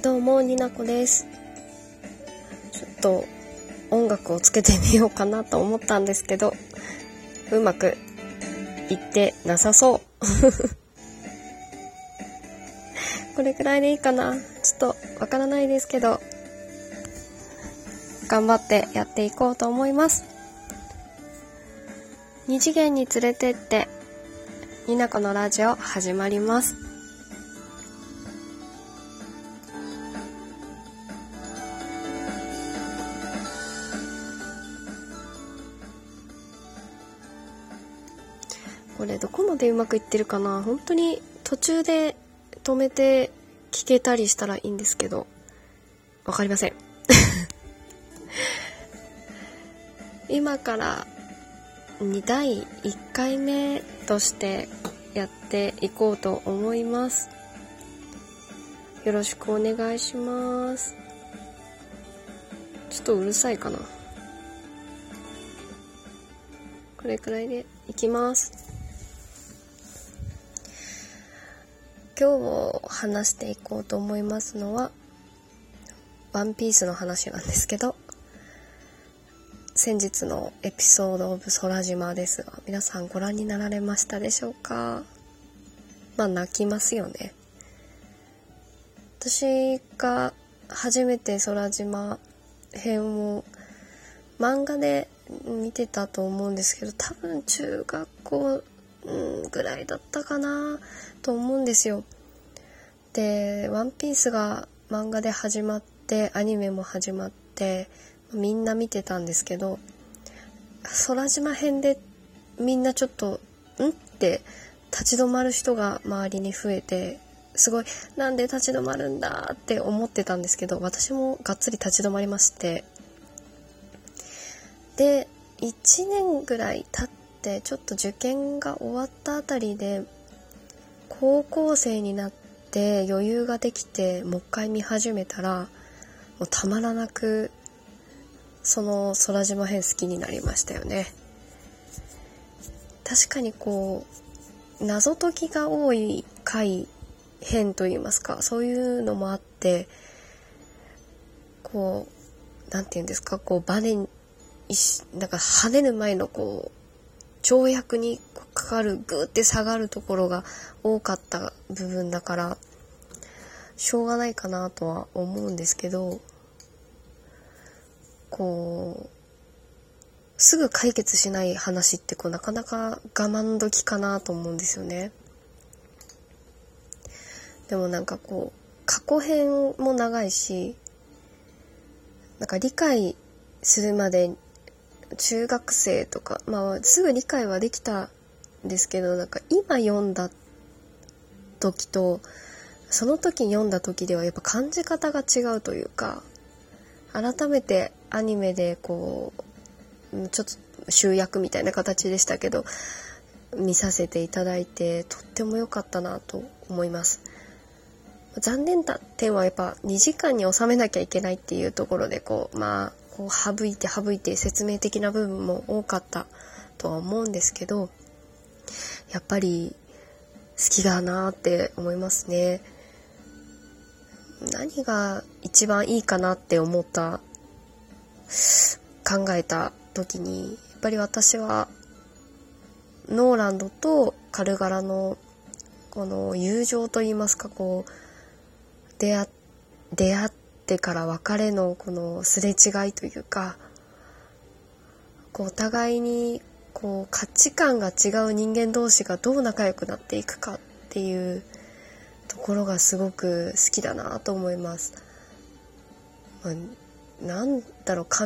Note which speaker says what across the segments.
Speaker 1: どうもになこです。ちょっと音楽をつけてみようかなと思ったんですけど、うまくいってなさそうこれくらいでいいかな、ちょっとわからないですけど、頑張ってやっていこうと思います。二次元に連れてってになこのラジオ始まります。これどこまでうまくいってるかな。本当に途中で止めて聞けたりしたらいいんですけど、わかりません今から第1回目としてやっていこうと思います。よろしくお願いします。ちょっとうるさいかな。これくらいでいきます。今日話していこうと思いますのはワンピースの話なんですけど、先日のエピソードオブ空島ですが、皆さんご覧になられましたでしょうか。泣きますよね。私が初めて空島編を漫画で見てたと思うんですけど、多分中学校ぐらいだったかなと思うんですよ。で、ワンピースが漫画で始まってアニメも始まってみんな見てたんですけど、空島編でみんなちょっとって立ち止まる人が周りに増えて、すごいなんで立ち止まるんだって思ってたんですけど、私もがっつり立ち止まりまして、で1年ぐらい経ってちょっと受験が終わったあたりで高校生になって余裕ができてもう一回見始めたら、もうたまらなくその空島編好きになりましたよね。確かに謎解きが多い回編といいますか、そういうのもあって、なんていうんですか、バネになんか跳ねる前の跳躍にかかるグーって下がるところが多かった部分だからしょうがないかなとは思うんですけど、すぐ解決しない話ってなかなか我慢時かなと思うんですよね。でも過去編も長いし、理解するまで中学生とかすぐ理解はできたんですけど、今読んだ時とその時読んだ時ではやっぱ感じ方が違うというか、改めてアニメでちょっと集約みたいな形でしたけど見させていただいて、とっても良かったなと思います。残念な点はやっぱ2時間に収めなきゃいけないっていうところで省いて説明的な部分も多かったとは思うんですけど、やっぱり好きだなって思いますね。何が一番いいかなって考えた時に、やっぱり私はノーランドとカルガラのこの友情といいますか、出会ってから別れのこのすれ違いというか、お互いに価値観が違う人間同士がどう仲良くなっていくかっていうところがすごく好きだなと思います。なんだろう、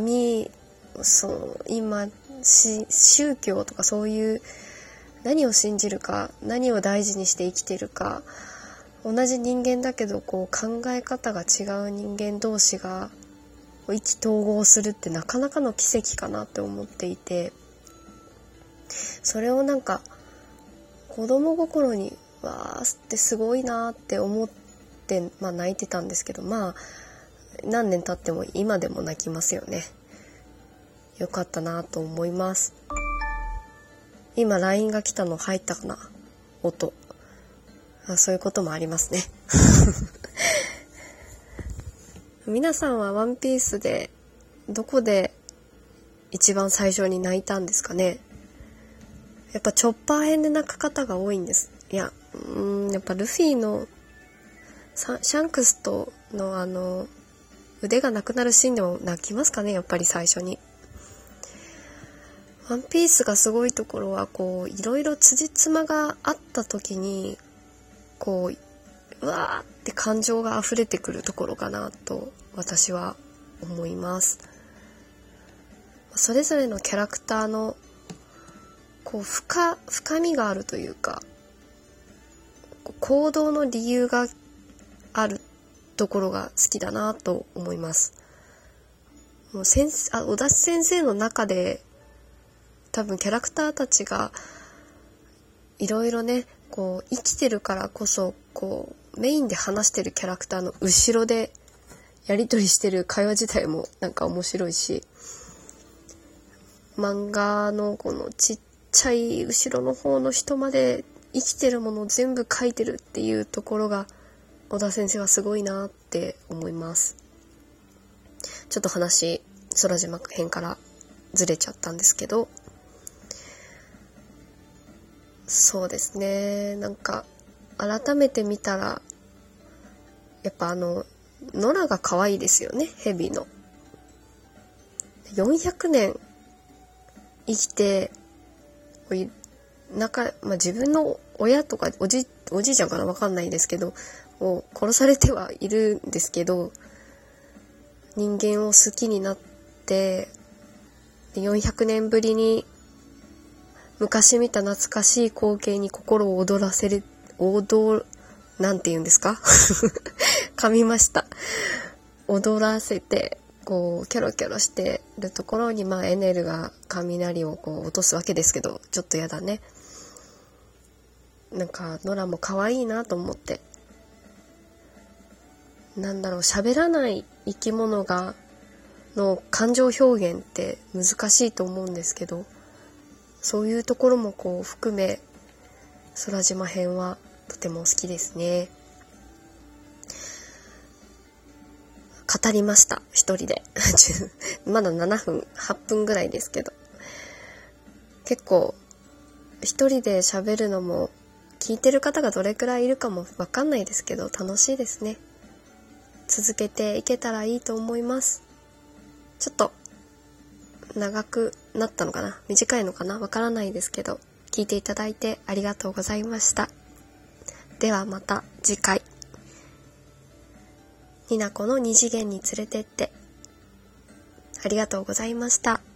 Speaker 1: 今宗教とかそういう何を信じるか、何を大事にして生きてるか、同じ人間だけど考え方が違う人間同士が意気投合するってなかなかの奇跡かなって思っていて、それを子供心にわーってすごいなって思って泣いてたんですけど、何年経っても今でも泣きますよね。よかったなと思います。今 LINE が来たの入ったかな、音。そういうこともありますね皆さんはワンピースでどこで一番最初に泣いたんですかね。やっぱチョッパー編で泣く方が多いんです。いや、やっぱルフィのシャンクスとの腕がなくなるシーンでも泣きますかね、やっぱり最初に。ワンピースがすごいところは、こういろいろ辻褄があった時にこうわーって感情が溢れてくるところかなと私は思います。それぞれのキャラクターのこう深みがあるというか、行動の理由があるところが好きだなと思います。もう小田先生の中で多分キャラクターたちがいろいろね、こう生きてるからこそ、こうメインで話してるキャラクターの後ろでやり取りしてる会話自体もなんか面白いし、漫画のこのちっちゃい後ろの方の人まで生きてるものを全部書いてるっていうところが小田先生はすごいなって思います。ちょっと話空島編からずれちゃったんですけど、そうですね、なんか改めて見たらやっぱノラが可愛いですよね。ヘビの400年生きて自分の親とかおじいちゃんかな、わかんないですけどを殺されてはいるんですけど、人間を好きになって400年ぶりに昔見た懐かしい光景に心を躍らせる、なんて言うんですか噛みました。踊らせてこうキョロキョロしてるところに、エネルが雷をこう落とすわけですけど、ちょっとやだね。なんかノラも可愛いなと思って、喋らない生き物の感情表現って難しいと思うんですけど、そういうところもこう含め空島編はとても好きですね。語りました一人でまだ8分ぐらいですけど、結構一人で喋るのも聞いてる方がどれくらいいるかもわかんないですけど楽しいですね。続けていけたらいいと思います。ちょっと長くなったのかな、短いのかな、わからないですけど、聞いていただいてありがとうございました。ではまた次回。になこの二次元に連れてって、ありがとうございました。